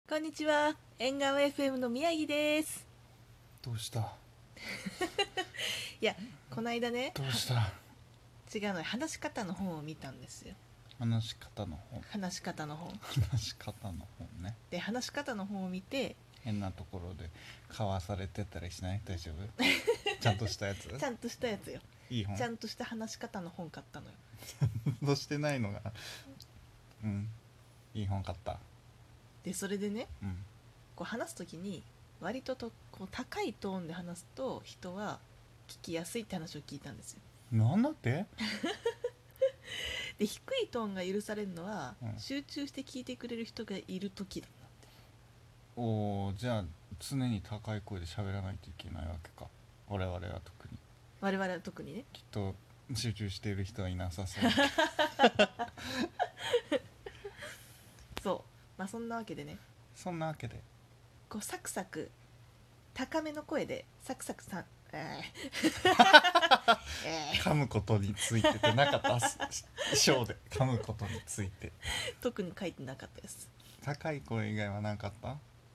こんにちは、縁側 FM の宮城です。 どうした？ いや、この間ね、 どうした？ 違うの、話し方の本を見たんですよ。 話し方の本。 話し方の本話し方の本ね。 で、話し方の本を見て、 変なところで買わされてたりしない？大丈夫？ちゃんとしたやつ？ ちゃんとしたやつよ。 いい本？ ちゃんとした話し方の本買ったのよ。 どうしてないのがいい本買った。 で、それでね、 うんこう話すときに割とこう高いトーンで話すと人は聞きやすいって話を聞いたんですよ。 なんだって？ で、低いトーンが許されるのは、 うん集中して聞いてくれる人がいるときだなって。 おー、じゃあ常に高い声で喋らないといけないわけか。我々は特に。 我々は特にね。 きっと集中している人はいなさそう。 そう、まあそんなわけでね、 そんなわけでこうサクサク高めの声でサクサクさん、 噛むことについててなかったショーで噛むことについて特に書いてなかったです。 高い声以外はなかった？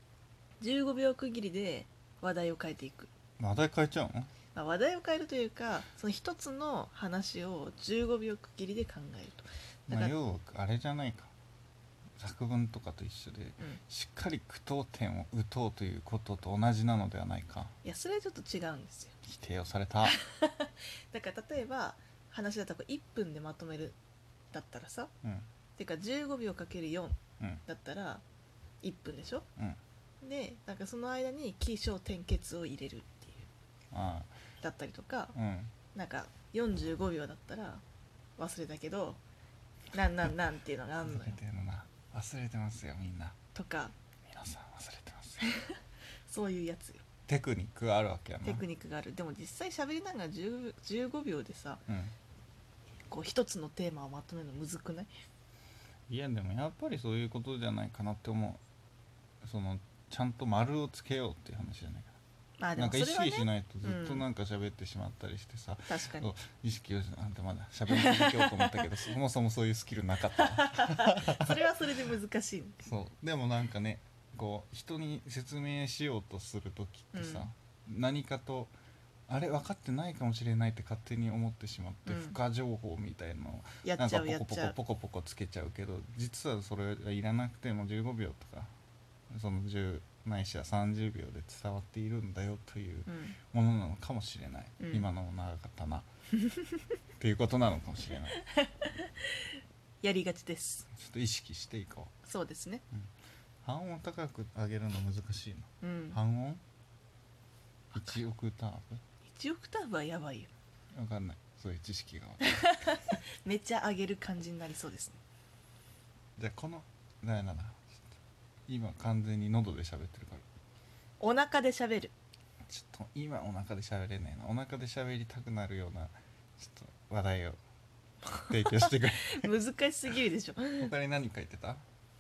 15秒区切りで話題を変えていく、 話題変えちゃうの？ まあ、話題を変えるというか、その一つの話を15秒区切りで考えると。だから、 要はあれじゃないか、作文とかと一緒で、しっかり句読点を打とうということと同じなのではないか。 いやそれはちょっと違うんですよ。 否定をされた。 だから例えば話だったら1分でまとめるだったらさ、 うんてか15秒 ×4 うんだったら1分でしょ。 うんで、なんかその間に起承転結を入れるっていうあだったりとか、 あうんなんか45秒だったら忘れたけどなんっていうのがあんのよ忘れてるな。忘れてますよみんな。 とか、 皆さん忘れてますよ。 そういうやつよ。 テクニックがあるわけやな。 テクニックがある。でも実際喋りながら15秒でさ、 うんこう一つのテーマをまとめるのむずくない？ いやでもやっぱりそういうことじゃないかなって思う。そのちゃんと丸をつけようっていう話じゃないかまあでな。なんか意もそれはね、 識しないとずっとなんか喋ってしまったりしてさ、 確かに意識をあんたまだ喋り続けようと思ったけどそもそもそういうスキルなかったわ。 それはそれで難しい。 そうでもなんかね、こう人に説明しようとする時ってさ、何かとあれ分かってないかもしれないって勝手に思ってしまって、付加情報みたいのをやっちゃうなんかポコポコつけちゃうけど、実はそれはいらなくても15秒とかその10ないしは30秒で伝わっているんだよというものなのかもしれない、今のも長かったなっていうことなのかもしれない。 やりがちです。 ちょっと意識していこう。 そうですね。 半音高く上げるの難しいの。半音1オクター 1オクターブはやばいよ。 ブ分かんない、そういう知識が分かんない。 めっちゃ上げる感じになりそうですね。 じゃあこの今完全に喉で喋ってるから、 お腹で喋る。 ちょっと今お腹で喋れないな。お腹で喋りたくなるようなちょっと話題を提供してくれ。 難しすぎるでしょ。 他に何書いてた？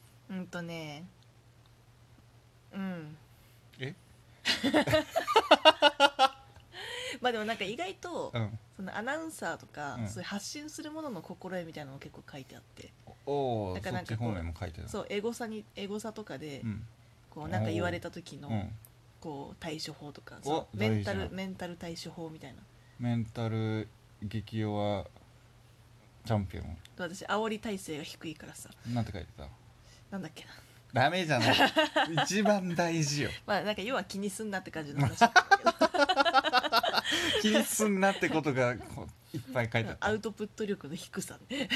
えまあでもなんか意外と、 うんそのアナウンサーとか、 うんそういう発信するものの心得みたいなのも結構書いてあって、 おお、 だかそっち方らなんかこう面も書いてた。 そうエゴサとかで、 うんこうなんか言われた時の、 うんこう対処法とか、 おそう大事なメンタル対処法みたいな。 メンタル激弱チャンピオン私煽り耐性が低いからさ、 なんて書いてた？ なんだっけな、 ダメじゃない。一番大事よ。 まあなんか要は気にすんなって感じの話だったけど気にすんなってことがこういっぱい書いてあった。 アウトプット力の低さね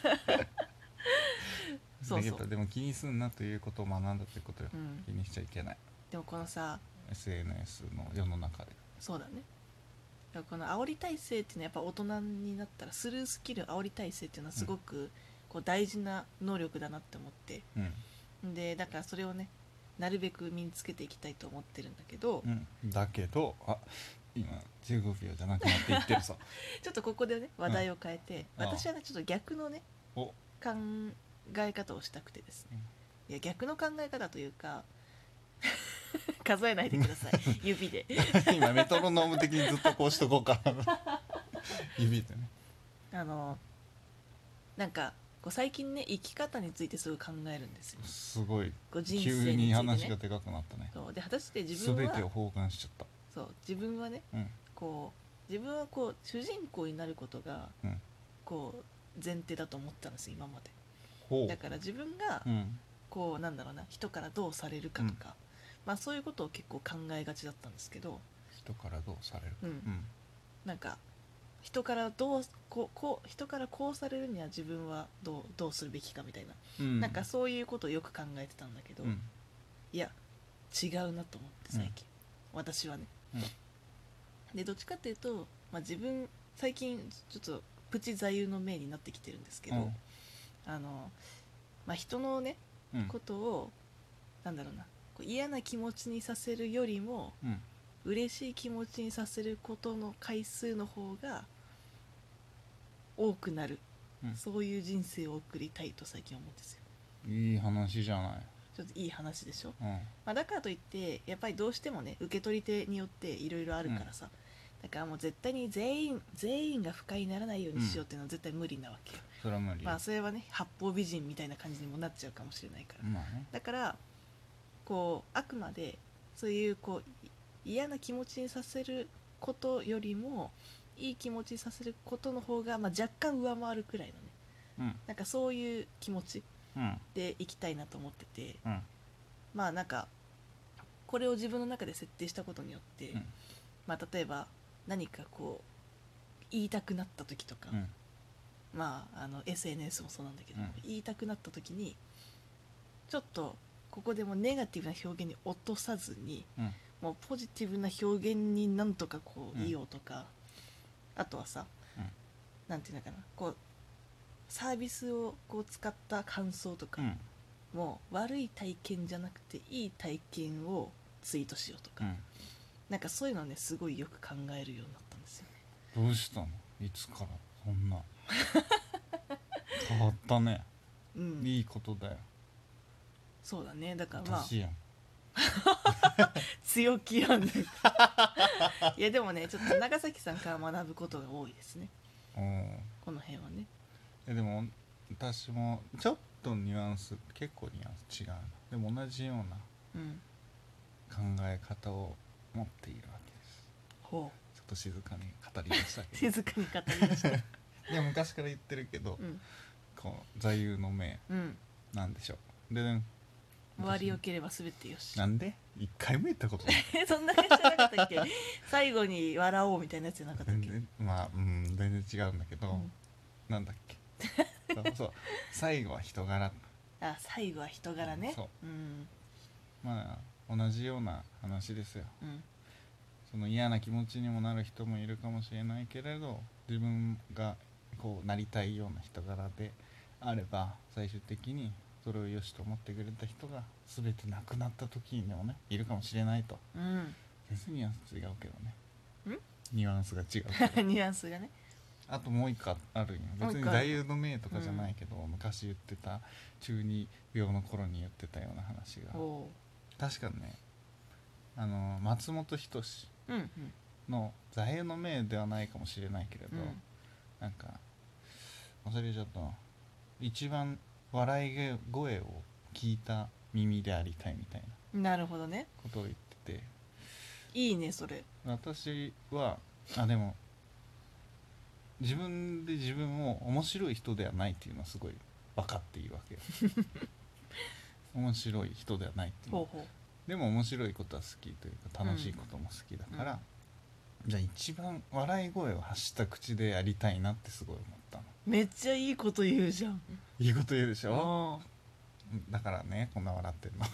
そうそう。 やっぱでも気にすんなということを学んだってことよ、気にしちゃいけない。 でもこのさ SNS の世の中で。 そうだね。だからこの煽り体制っていうのはやっぱ大人になったらスルースキル煽り体制っていうのはすごくこう大事な能力だなって思って、でだからそれをねなるべく身につけていきたいと思ってるんだけど、 だけど今15秒じゃなくなっていってるさ。 ちょっとここでね話題を変えて、私はねちょっと逆のねお考え方をしたくてですね、いや逆の考え方というか数えないでください指で今メトロノーム的にずっとこうしとこうか。指でね。 なんかこう最近ね生き方についてすごい考えるんですよ。 すごいこう人生急について、ね、 に話がでかくなったね。 そうで果たして自分は全てを包含しちゃった。 そう自分はね、こう自分はこう主人公になることが、こう前提だと思ったんですよ今まで。だから自分が、こうなんだろうな人からどうされるかとか、まあそういうことを結構考えがちだったんですけど、 人からどうされるか、 なんか人から人からこうされるには自分はどうするべきかみたいな、なんかそういうことをよく考えてたんだけど、いや違うなと思って最近、私はね、でどっちかっていうと、まあ、自分最近ちょっとプチ座右の銘になってきてるんですけど、まあ、人のね、ことをなんだろうなこう嫌な気持ちにさせるよりも、嬉しい気持ちにさせることの回数の方が多くなる、そういう人生を送りたいと最近思うんですよ。 いい話じゃない。 ちょっといい話でしょ、まあ、だからといってやっぱりどうしてもね受け取り手によっていろいろあるからさ、だからもう絶対に全員が不快にならないようにしようっていうのは絶対無理なわけよ。 それは無理。 まあそれはね八方美人みたいな感じにもなっちゃうかもしれないから、 ね、 だからこうあくまでそういうこう嫌な気持ちにさせることよりもいい気持ちにさせることの方が、まあ、若干上回るくらいのね、なんかそういう気持ちでいきたいなと思ってて、まあなんかこれを自分の中で設定したことによって、まあ例えば何かこう言いたくなった時とか、まあSNS もそうなんだけど、言いたくなった時にちょっとここでもネガティブな表現に落とさずに、もうポジティブな表現になんとかこう言おうとか、あとはさ、なんていうのかなこうサービスをこう使った感想とか、もう悪い体験じゃなくていい体験をツイートしようとか、なんかそういうのをねすごいよく考えるようになったんですよね。 どうしたのいつからそんな変わったね、いいことだよ。 そうだね。だからまあ私やん強気やんねいやでもねちょっと長崎さんから学ぶことが多いですねこの辺はね。 でも私もちょっとニュアンス結構ニュアンス違うな。でも同じような考え方を持っているわけです。ちょっと静かに語りましたけど静かに語りましたいや昔から言ってるけど、こう座右の銘なんでしょう。でね終わりよければ全てよし。 なんで一回も言ったことないそんな感じじゃなかったっけ最後に笑おうみたいなやつじゃなかったっけ。 まあ全然違うんだけど、なんだっけそう最後は人柄。 あ最後は人柄ね。 そう、まあ同じような話ですよ、その嫌な気持ちにもなる人もいるかもしれないけれど、自分がこうなりたいような人柄であれば最終的にそれを良しと思ってくれた人が全てなくなった時にでもねいるかもしれないと、全然ニュアンス違うけどね。ニュアンスが違うけどニュアンスがね。 あともう一個あるんよ。別に座右の銘とかじゃないけど、昔言ってた中二病の頃に言ってたような話が確かね松本人志の座右の銘ではないかもしれないけれど、なんか忘れちゃったな。一番笑い声を聞いた耳でありたいみたいな。なるほどね。 ことを言ってて、 いいねそれ。 私はでも自分で自分を面白い人ではないっていうのはすごい分かっているわけよ面白い人ではないっていうのでも面白いことは好きというか楽しいことも好きだから、じゃあ一番笑い声を発した口でやりたいなってすごい思ったの。 めっちゃいいこと言うじゃん。 いいこと言うでしょ。だからねこんな笑ってるの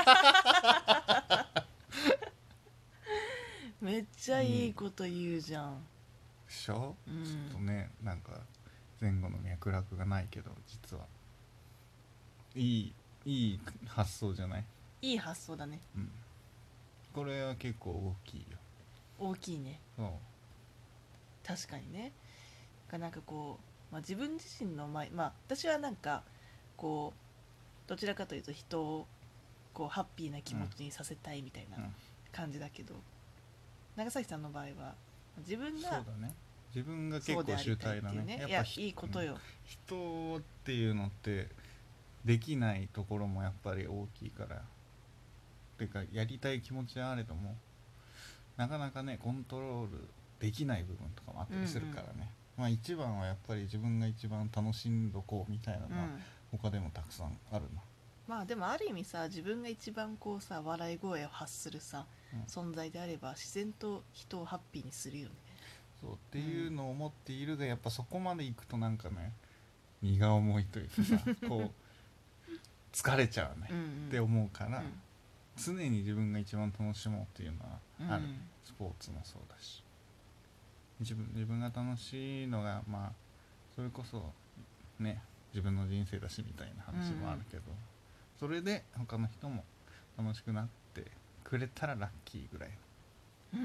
めっちゃいいこと言うじゃん、 でしょ、ちょっとねなんか前後の脈絡がないけど実はいい発想じゃない。 いい発想だね、 これは結構大きいよ。 大きいね。 そう確かにね。なんかこう、自分自身の私はなんかこうどちらかというと人をこうハッピーな気持ちにさせたいみたいな感じだけど、長崎さんの場合は自分が自分が結構主体なね。 やっぱいいことよ、 人っていうのってできないところもやっぱり大きいから、てかやりたい気持ちはあれどもなかなかねコントロールできない部分とかもあったりするからね、まあ一番はやっぱり自分が一番楽しんどこうみたいなのは他でもたくさんあるな。 まあでもある意味さ、自分が一番こうさ笑い声を発するさ、存在であれば自然と人をハッピーにするよね。 そうっていうのを思っているが、やっぱそこまで行くとなんかね荷が重いというかさこう疲れちゃうねって思うから、常に自分が一番楽しもうっていうのはある、スポーツもそうだし、自分が楽しいのがまあそれこそね自分の人生だしみたいな話もあるけど、それで他の人も楽しくなってくれたらラッキーぐらいの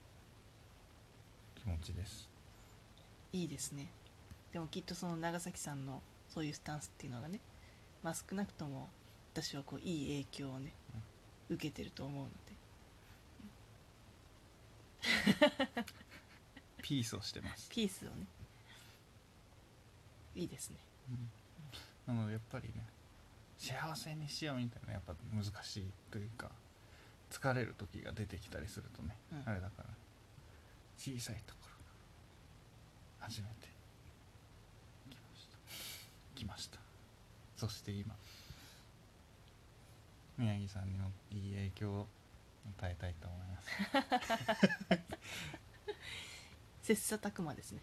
気持ちです、 いいですね。でもきっとその長崎さんのそういうスタンスっていうのがね、まあ少なくとも私はこういい影響をね、受けてると思うのでピースをしてます。 ピースをね、いいですね、 なのでやっぱりね幸せにしようみたいなやっぱ難しいというか疲れる時が出てきたりするとね、あれだから小さいところ初めて来ました。そして今宮城さんにもいい影響を与えたいと思います切磋琢磨ですね。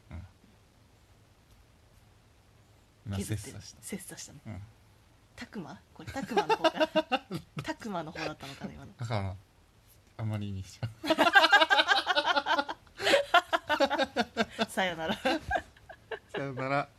今切磋した切磋したね、琢磨、これ琢磨の方かな琢磨の方だったのかな今の。 だからあまりにしちゃうさよならさよなら。